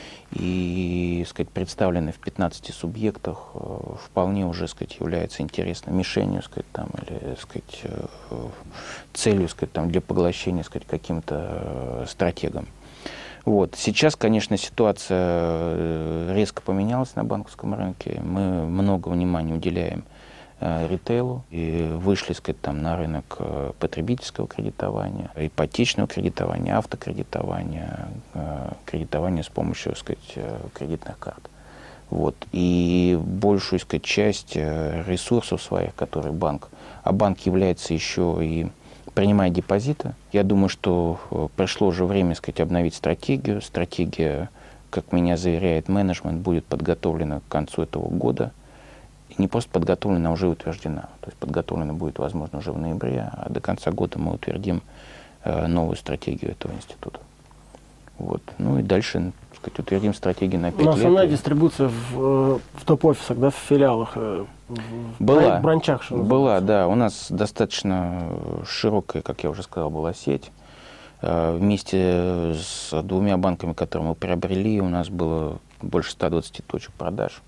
Speaker 2: и, сказать, представленный в пятнадцати субъектах, э, вполне уже, сказать, является интересной мишенью, сказать, там, или, сказать, э, целью, сказать, там, для поглощения, сказать, каким-то э, стратегом. Вот. Сейчас, конечно, ситуация резко поменялась на банковском рынке. Мы много внимания уделяем э, ритейлу и вышли, сказать, там, на рынок э, потребительского кредитования, ипотечного кредитования, автокредитования, э, кредитования с помощью, сказать, э, кредитных карт. Вот. И большую, сказать, часть э, ресурсов своих, которые банк, а банк является еще и принимая депозиты. Я думаю, что пришло уже время, сказать, обновить стратегию. Стратегия, как меня заверяет менеджмент, будет подготовлена к концу этого года. И не просто подготовлена, а уже утверждена. То есть подготовлена будет, возможно, уже в ноябре, а до конца года мы утвердим э, новую стратегию этого института. Вот. Ну и дальше, так сказать, утвердим стратегию на пять лет.
Speaker 3: Но основная дистрибуция в, в топ-офисах, да, в филиалах, в
Speaker 2: была,
Speaker 3: бранчах, что называется.
Speaker 2: Была, да. У нас достаточно широкая, как я уже сказал, была сеть. Вместе с двумя банками, которые мы приобрели, у нас было больше ста двадцати точек продаж.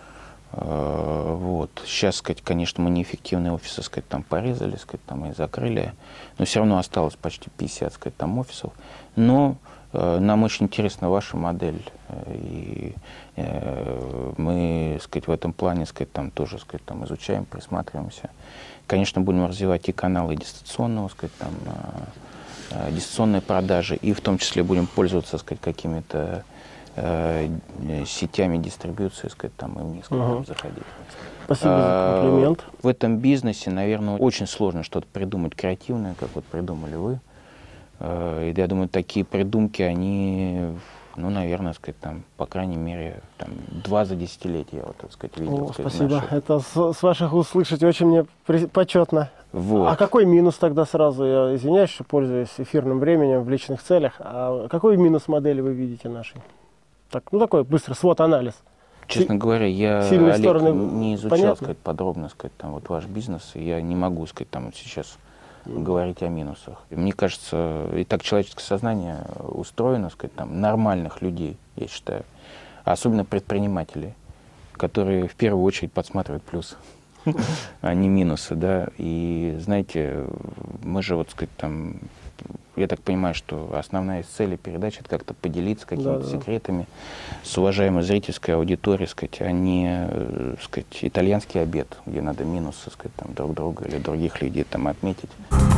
Speaker 2: Вот. Сейчас, сказать, конечно, мы неэффективные офисы, сказать, там порезали, сказать, там и закрыли, но все равно осталось почти пятьдесят, сказать, там офисов. Но э, нам очень интересна ваша модель, и э, мы, сказать, в этом плане, сказать, там тоже, сказать, там изучаем, присматриваемся. Конечно, будем развивать и каналы дистанционного, сказать, там э, дистанционные продажи, и в том числе будем пользоваться, сказать, какими-то сетями дистрибьюции, сказать, там и в несколько uh-huh. заходить.
Speaker 3: Спасибо за комплимент.
Speaker 2: В этом бизнесе, наверное, очень сложно что-то придумать креативное, как вот придумали вы. И я думаю, такие придумки, они, ну, наверное, сказать, там, по крайней мере, там, два за десятилетие, вот, так сказать, видел.
Speaker 3: О,
Speaker 2: сказать,
Speaker 3: спасибо.
Speaker 2: наши...
Speaker 3: Это с, с ваших уст слышать очень мне при... почетно.
Speaker 2: Вот.
Speaker 3: А какой минус тогда сразу, я извиняюсь, что пользуюсь эфирным временем в личных целях, а какой минус модели вы видите нашей? Так, ну, такой быстрый свод-анализ.
Speaker 2: Честно говоря, я,
Speaker 3: Сильные
Speaker 2: Олег,
Speaker 3: стороны
Speaker 2: не изучал,
Speaker 3: понятно?
Speaker 2: сказать, подробно, сказать, там, вот ваш бизнес, и я не могу, сказать, там, вот сейчас mm. говорить о минусах. И мне кажется, и так человеческое сознание устроено, сказать, там, нормальных людей, я считаю, особенно предпринимателей, которые в первую очередь подсматривают плюсы, а не минусы, да. И, знаете, мы же, вот, сказать, там, я так понимаю, что основная из целей передачи — это как-то поделиться какими-то да, да. секретами с уважаемой зрительской аудиторией, сказать, а не, сказать, итальянский обед, где надо минусы, сказать, там, друг друга или других людей там отметить.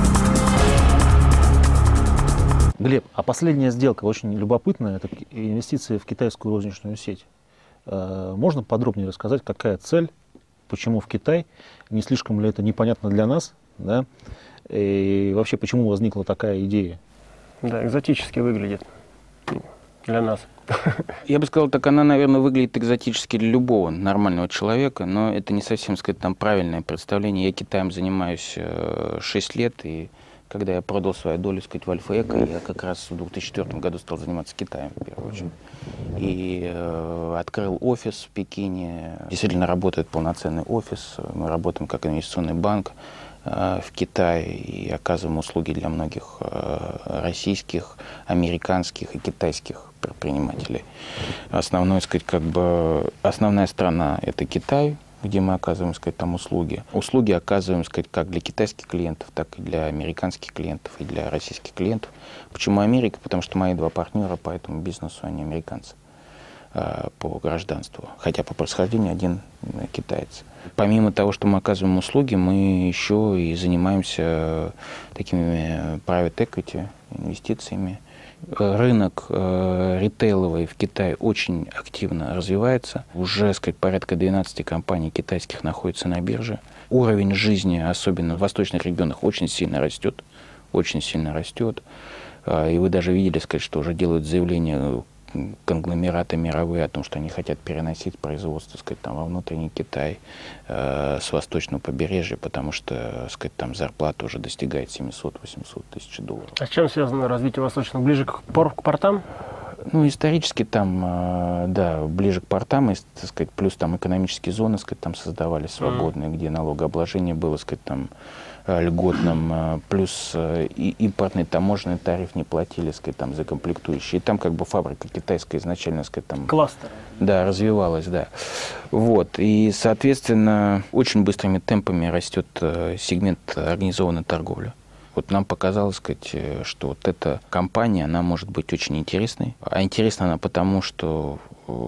Speaker 1: Глеб, а последняя сделка очень любопытная, это инвестиции в китайскую розничную сеть. Можно подробнее рассказать, какая цель, почему в Китай, не слишком ли это непонятно для нас, да? И вообще, почему возникла такая идея?
Speaker 3: Да, экзотически выглядит для нас.
Speaker 2: Я бы сказал, так она, наверное, выглядит экзотически для любого нормального человека, но это не совсем, сказать, там правильное представление. Я Китаем занимаюсь шесть лет, и когда я продал свою долю, сказать, в Альфа-Эко, я как раз в две тысячи четвёртом году стал заниматься Китаем, в первую очередь. И э, открыл офис в Пекине. Действительно работает полноценный офис. Мы работаем как инвестиционный банк в Китае и оказываем услуги для многих российских, американских и китайских предпринимателей. Основной, сказать, как бы, основная страна — это Китай, где мы оказываем, сказать, там услуги. Услуги оказываем, сказать, как для китайских клиентов, так и для американских клиентов и для российских клиентов. Почему Америка? Потому что мои два партнера по этому бизнесу, они американцы по гражданству, хотя по происхождению один китаец. Помимо того, что мы оказываем услуги, мы еще и занимаемся такими private equity, инвестициями. Рынок э, ритейловый в Китае очень активно развивается. Уже, сказать, порядка двенадцати компаний китайских находится на бирже. Уровень жизни, особенно в восточных регионах, очень сильно растет. Очень сильно растет. Э, и вы даже видели, сказать, что уже делают заявления конгломераты мировые о том, что они хотят переносить производство, сказать, там, во внутренний Китай э, с восточного побережья, потому что, сказать, там зарплата уже достигает семьсот-восемьсот тысяч долларов.
Speaker 3: А с чем связано развитие восточного? Ближе к, пор, к портам?
Speaker 2: Ну, исторически там, э, да, ближе к портам, и, так сказать, плюс там экономические зоны, сказать, там создавались свободные, mm. где налогообложение было, сказать, там льготным, плюс и импортный таможенный тариф не платили, сказать, там, за комплектующие. И там как бы фабрика китайская изначально, сказать, там...
Speaker 3: Кластер.
Speaker 2: Да, развивалась, да. Вот. И, соответственно, очень быстрыми темпами растет сегмент организованной торговли. Вот нам показалось, сказать, что вот эта компания, она может быть очень интересной. А интересна она потому, что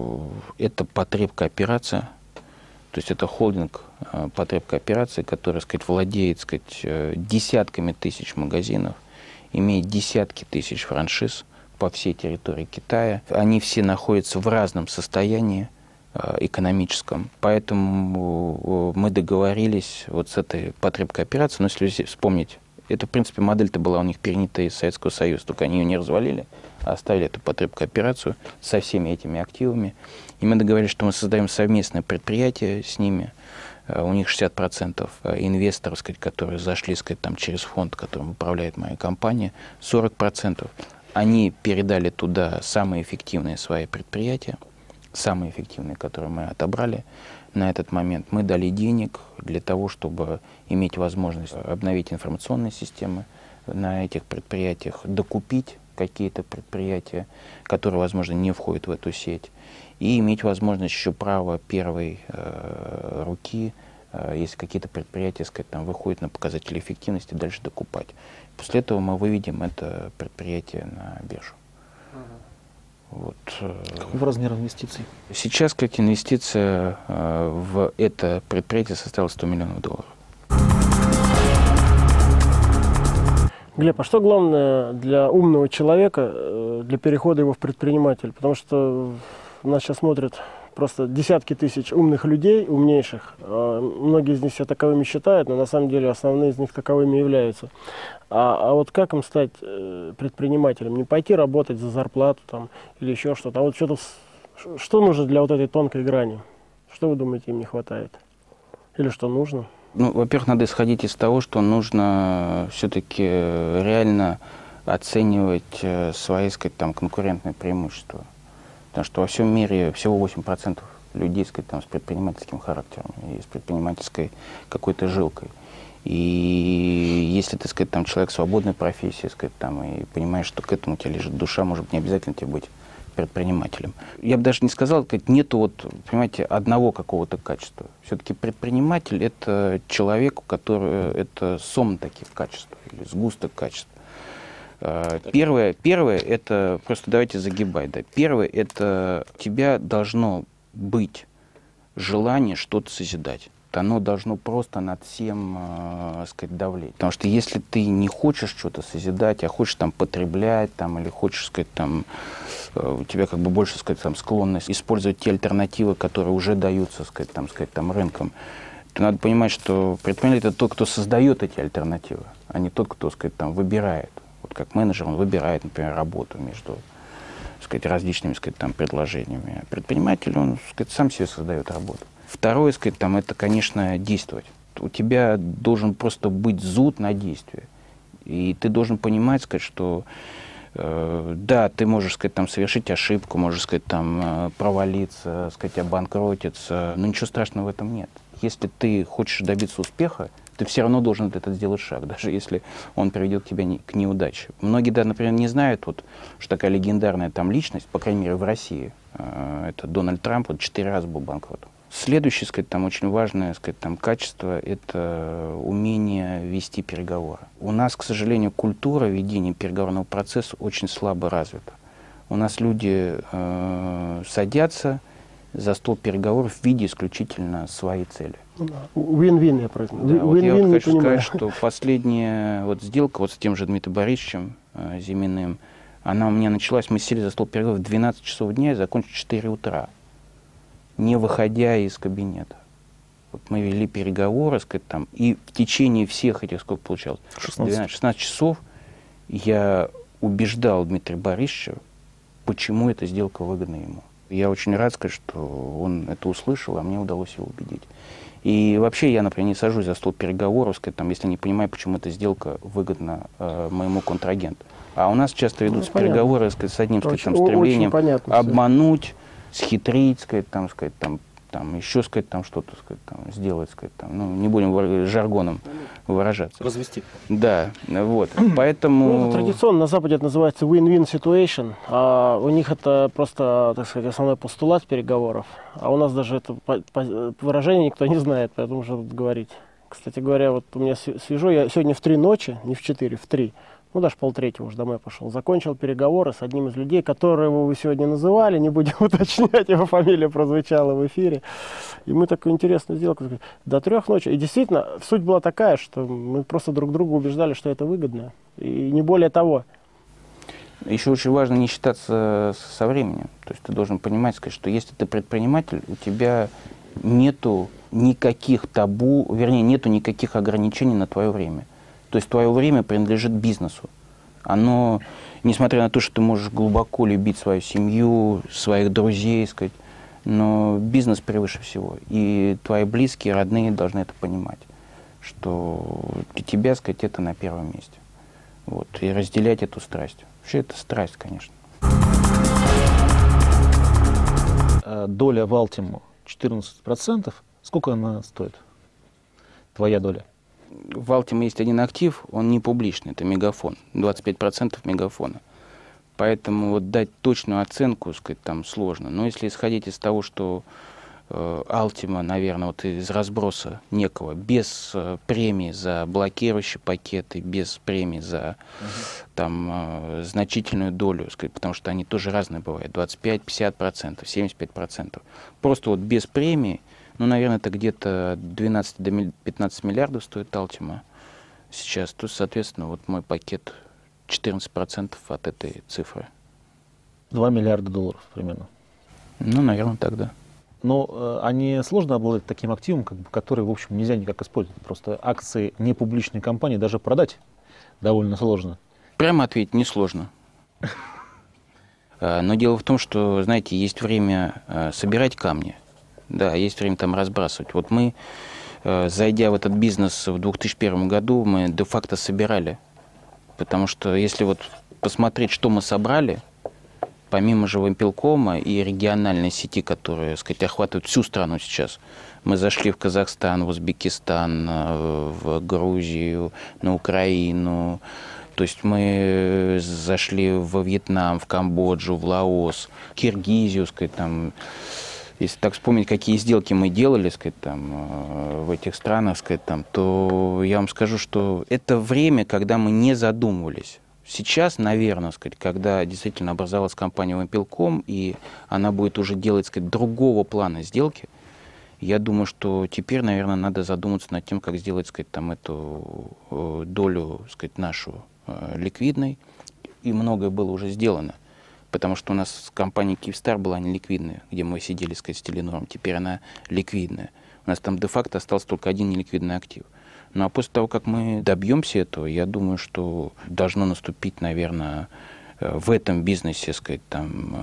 Speaker 2: это потребкооперация. То есть это холдинг потребкооперации, который, сказать, владеет, сказать, десятками тысяч магазинов, имеет десятки тысяч франшиз по всей территории Китая. Они все находятся в разном состоянии экономическом. Поэтому мы договорились вот с этой потребкооперацией. Но если вспомнить, это, в принципе, модель-то была у них перенята из Советского Союза, только они ее не развалили, а оставили эту потребкооперацию со всеми этими активами. И мы договорились, что мы создаем совместное предприятие с ними. У них шестьдесят процентов инвесторов, сказать, которые зашли, сказать, там, через фонд, которым управляет моя компания, сорок процентов. Они передали туда самые эффективные свои предприятия, самые эффективные, которые мы отобрали на этот момент. Мы дали денег для того, чтобы иметь возможность обновить информационные системы на этих предприятиях, докупить какие-то предприятия, которые, возможно, не входят в эту сеть, и иметь возможность еще право первой э, руки, э, если какие-то предприятия, сказать, там, выходят на показатели эффективности, дальше докупать. После этого мы выведем это предприятие на биржу. Вот.
Speaker 1: Какого размера инвестиций?
Speaker 2: Сейчас, как инвестиция э, в это предприятие составила сто миллионов долларов.
Speaker 3: Глеб, а что главное для умного человека, для перехода его в предприниматель? Потому что нас сейчас смотрят просто десятки тысяч умных людей, умнейших. Многие из них себя таковыми считают, но на самом деле основные из них таковыми являются. А, а вот как им стать предпринимателем? Не пойти работать за зарплату там, или еще что-то. А вот что-то, что нужно для вот этой тонкой грани? Что вы думаете, им не хватает? Или что нужно?
Speaker 2: Ну, во-первых, надо исходить из того, что нужно все-таки реально оценивать свои, сказать, там, конкурентные преимущества. Потому что во всем мире всего восемь процентов людей, сказать, там, с предпринимательским характером и с предпринимательской какой-то жилкой. И если ты, сказать, там, человек свободной профессии, сказать, там, и понимаешь, что к этому у тебя лежит душа, может быть, не обязательно тебе быть предпринимателем. Я бы даже не сказал, сказать, нету вот, понимаете, одного какого-то качества. Все-таки предприниматель — это человек, у которого это сом таких качеств или сгусток качеств. Первое, первое, это, просто давайте загибать, да. Первое, это у тебя должно быть желание что-то созидать. Оно должно просто над всем, э, сказать, давлеть. Потому что если ты не хочешь что-то созидать, а хочешь там потреблять, там, или хочешь, сказать, там, э, у тебя как бы больше, сказать, там, склонность использовать те альтернативы, которые уже даются, сказать, там, сказать, там, рынком, то надо понимать, что предприниматель — это тот, кто создает эти альтернативы, а не тот, кто, сказать, там, выбирает. Вот как менеджер он выбирает, например, работу между, сказать, различными, сказать, там, предложениями. А предприниматель, он, сказать, сам себе создает работу. Второе, сказать, там, это, конечно, действовать. У тебя должен просто быть зуд на действие. И ты должен понимать, сказать, что э, да, ты можешь, сказать, там, совершить ошибку, можешь, сказать, там, э, провалиться, сказать, обанкротиться, но ничего страшного в этом нет. Если ты хочешь добиться успеха, ты все равно должен этот сделать шаг, даже если он приведет тебя не, к неудаче. Многие, да, например, не знают, вот, что такая легендарная там личность, по крайней мере, в России, э, это Дональд Трамп, вот четыре раза был банкротом. Следующее, сказать, там, очень важное, сказать, там, качество — это умение вести переговоры. У нас, к сожалению, культура ведения переговорного процесса очень слабо развита. У нас люди э, садятся за стол переговоров в виде исключительно своей цели.
Speaker 3: Win-win, я произнесу.
Speaker 2: Да, вот я вот хочу сказать, что последняя вот сделка вот с тем же Дмитрием Борисовичем э, Зиминым, она у меня началась, мы сели за стол переговоров в двенадцать часов дня и закончили в четыре утра. Не выходя из кабинета. Вот мы вели переговоры, сказать, там, и в течение всех этих, сколько получалось, двенадцать-шестнадцать часов, я убеждал Дмитрия Борисовича, почему эта сделка выгодна ему. Я очень рад сказать, что он это услышал, а мне удалось его убедить. И вообще я, например, не сажусь за стол переговоров, сказать, там, если не понимаю, почему эта сделка выгодна э, моему контрагенту. А у нас часто ведутся ну, переговоры, сказать, с одним, сказать, там, стремлением обмануть, схитрить, сказать, там, сказать, там, там, еще, сказать, там, что-то, сказать, там, сделать, сказать, там, ну, не будем жаргоном выражаться.
Speaker 1: Развести.
Speaker 2: Да, вот, поэтому...
Speaker 3: Ну, это традиционно на Западе это называется win-win situation, а у них это просто, так сказать, основной постулат переговоров, а у нас даже это выражение никто не знает, поэтому что тут говорить. Кстати говоря, вот у меня свежо, я сегодня в три ночи, не в четыре, в три, ну, даже полтретьего уже домой пошел. Закончил переговоры с одним из людей, которого вы сегодня называли, не будем уточнять, его фамилия прозвучала в эфире. И мы такую интересную сделку до трех ночи. И действительно, суть была такая, что мы просто друг друга убеждали, что это выгодно. И не более того.
Speaker 2: Еще очень важно не считаться со временем. То есть ты должен понимать, сказать, что если ты предприниматель, у тебя нету никаких табу, вернее, нету никаких ограничений на твое время. То есть твое время принадлежит бизнесу. Оно, несмотря на то, что ты можешь глубоко любить свою семью, своих друзей, сказать, но бизнес превыше всего. И твои близкие, родные должны это понимать, что для тебя, сказать, это на первом месте. Вот, и разделять эту страсть. Вообще это страсть, конечно.
Speaker 1: Доля в Altium четырнадцать процентов. Сколько она стоит? Твоя доля?
Speaker 2: В Altium есть один актив, он не публичный, это Мегафон, двадцать пять процентов Мегафона. Поэтому вот дать точную оценку, сказать, там сложно. Но если исходить из того, что э, Altium, наверное, вот из разброса некого, без э, премии за блокирующие пакеты, без премии за uh-huh. там, э, значительную долю, сказать, потому что они тоже разные бывают, двадцать пять - пятьдесят процентов, семьдесят пять процентов. Просто вот без премии, ну, наверное, это где-то от двенадцати до пятнадцати миллиардов стоит Altium сейчас. То, соответственно, вот мой пакет четырнадцать процентов от этой цифры.
Speaker 1: два миллиарда долларов примерно.
Speaker 2: Ну, наверное, так, да.
Speaker 1: Но э, а не сложно обладать таким активом, как бы, который, в общем, нельзя никак использовать. Просто акции непубличной компании даже продать довольно сложно.
Speaker 2: Прямо ответить несложно. Но дело в том, что, знаете, есть время собирать камни, да, есть время там разбрасывать. Вот мы, зайдя в этот бизнес в две тысячи первом году, мы де-факто собирали. Потому что если вот посмотреть, что мы собрали, помимо же Вимпелкома и региональной сети, которая, так сказать, охватывает всю страну сейчас, мы зашли в Казахстан, в Узбекистан, в Грузию, на Украину. То есть мы зашли во Вьетнам, в Камбоджу, в Лаос, Киргизию, сказать, там. Если так вспомнить, какие сделки мы делали, сказать, там, в этих странах, сказать, там, то я вам скажу, что это время, когда мы не задумывались. Сейчас, наверное, сказать, когда действительно образовалась компания Вимпелком, и она будет уже делать, сказать, другого плана сделки, я думаю, что теперь, наверное, надо задуматься над тем, как сделать, сказать, там, эту долю, сказать, нашу ликвидной. И многое было уже сделано. Потому что у нас компания Kyivstar была неликвидная, где мы сидели, сказать, с Теленором. Теперь она ликвидная. У нас там де-факто остался только один неликвидный актив. Ну а после того, как мы добьемся этого, я думаю, что должно наступить, наверное, в этом бизнесе, сказать, там,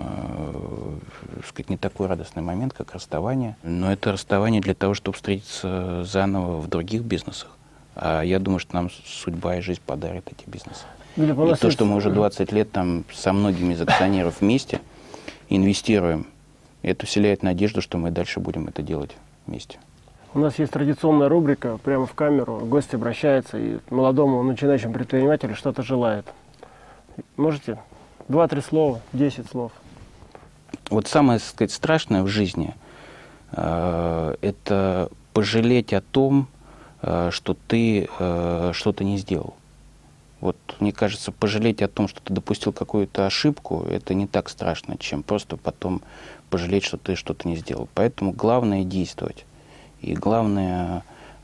Speaker 2: э, сказать, не такой радостный момент, как расставание. Но это расставание для того, чтобы встретиться заново в других бизнесах. А я думаю, что нам судьба и жизнь подарит эти бизнесы. И то, что мы уже двадцать лет там со многими из акционеров вместе инвестируем, это вселяет надежду, что мы дальше будем это делать вместе.
Speaker 3: У нас есть традиционная рубрика, прямо в камеру гость обращается и молодому начинающему предпринимателю что-то желает. Можете? Два-три слова, десять слов.
Speaker 2: Вот самое, так сказать, страшное в жизни э, это пожалеть о том, э, что ты э, что-то не сделал. Вот, мне кажется, пожалеть о том, что ты допустил какую-то ошибку, это не так страшно, чем просто потом пожалеть, что ты что-то не сделал. Поэтому главное действовать. И главное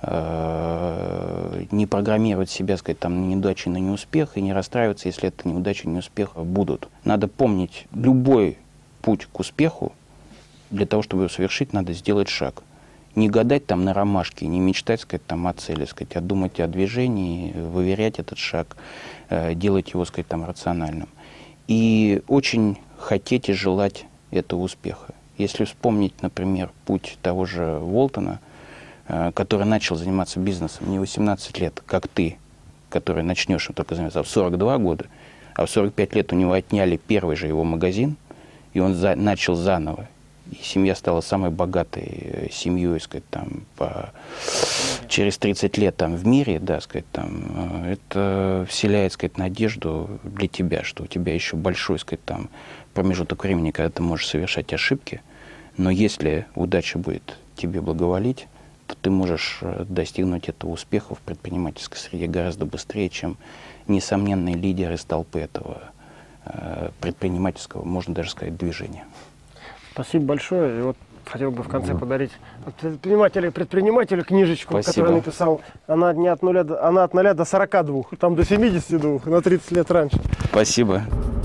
Speaker 2: э, не программировать себя, сказать, там, на неудачу, на неуспех, и не расстраиваться, если это неудача и неуспех будут. Надо помнить, любой путь к успеху, для того, чтобы его совершить, надо сделать шаг. Не гадать там на ромашке, не мечтать, сказать, там, о цели, сказать, а думать о движении, выверять этот шаг, э, делать его, сказать, там, рациональным. И очень хотеть и желать этого успеха. Если вспомнить, например, путь того же Уолтона, э, который начал заниматься бизнесом не в восемнадцать лет, как ты, который начнешь им только заниматься, а в сорок два года, а в сорок пять лет у него отняли первый же его магазин, и он за, начал заново. И семья стала самой богатой семьей, сказать, там, по... через тридцать лет там, в мире, да, сказать, там, это вселяет, сказать, надежду для тебя, что у тебя еще большой, сказать, там, промежуток времени, когда ты можешь совершать ошибки, но если удача будет тебе благоволить, то ты можешь достигнуть этого успеха в предпринимательской среде гораздо быстрее, чем несомненные лидеры из толпы этого э, предпринимательского, можно даже сказать, движения.
Speaker 3: Спасибо большое. И вот хотел бы в конце подарить предпринимателю, предпринимателю книжечку,
Speaker 2: Спасибо.
Speaker 3: которую написал. Она, не от нуля, она от нуля до сорока двух, там до семидесяти двух, на тридцать лет раньше.
Speaker 2: Спасибо.